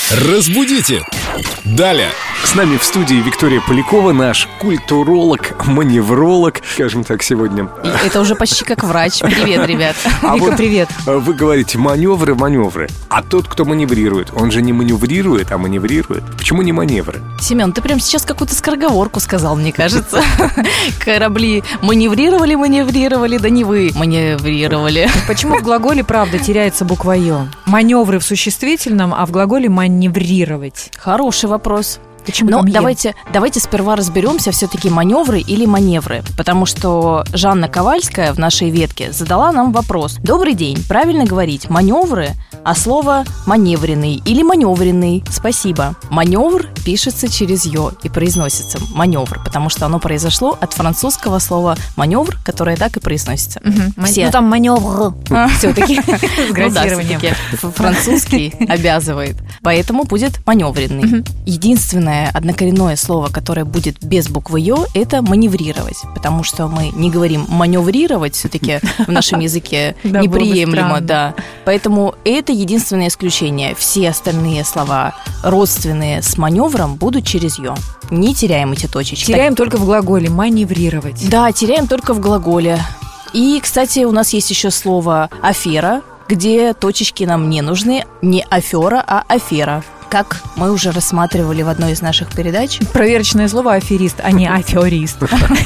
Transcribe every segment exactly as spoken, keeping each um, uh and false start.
Разбудите! Далее! С нами в студии Виктория Полякова, наш культуролог, маневролог, скажем так, сегодня. И это уже почти как врач. Привет, ребят. А Вика, вот привет. Вы говорите маневры, маневры. А тот, кто маневрирует, он же не маневрирует, а маневрирует. Почему не маневры? Семен, ты прям сейчас какую-то скороговорку сказал, мне кажется. Корабли маневрировали, маневрировали, да не вы маневрировали. Почему в глаголе, правда, теряется буква «ё»? Маневры в существительном, а в глаголе маневрировать. Хороший вопрос. Почему Но там «е»? давайте, давайте сперва разберемся, все-таки маневры или маневры. Потому что Жанна Ковальская в нашей ветке задала нам вопрос. Добрый день, правильно говорить маневры, а слово маневренный или маневренный? Спасибо. Маневр пишется через «ё» и произносится маневр, потому что оно произошло от французского слова маневр, которое так и произносится. Угу. Все. Ну там маневр все-таки с Ну да, грассированием. все-таки французский обязывает. Поэтому будет маневренный. Единственное однокоренное слово, которое будет без буквы «ё», это маневрировать. Потому что мы не говорим маневрировать все-таки в нашем языке Да, было бы неприемлемо, странно. да. Поэтому это единственное исключение. Все остальные слова, родственные с маневром, будут через «ё». Не теряем эти точечки. Теряем только в глаголе маневрировать. Да, теряем только в глаголе. И, кстати, у нас есть еще слово «афера», где точечки нам не нужны. Не афера, а афера. Как мы уже рассматривали в одной из наших передач. Проверочное слово аферист, а не аферист.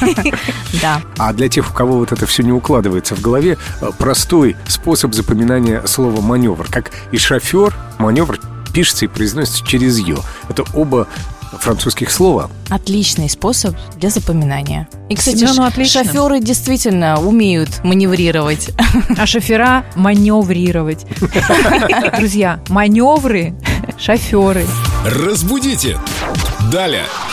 Да. А для тех, у кого вот это все не укладывается в голове, простой способ запоминания слова маневр. Как и шофер, маневр пишется и произносится через «ё». Это оба французских слова. Отличный способ для запоминания. И, кстати, Семену ш- отлично. шоферы действительно умеют маневрировать. А шофера маневрировать. Друзья, маневры, шоферы. Разбудите! Далее!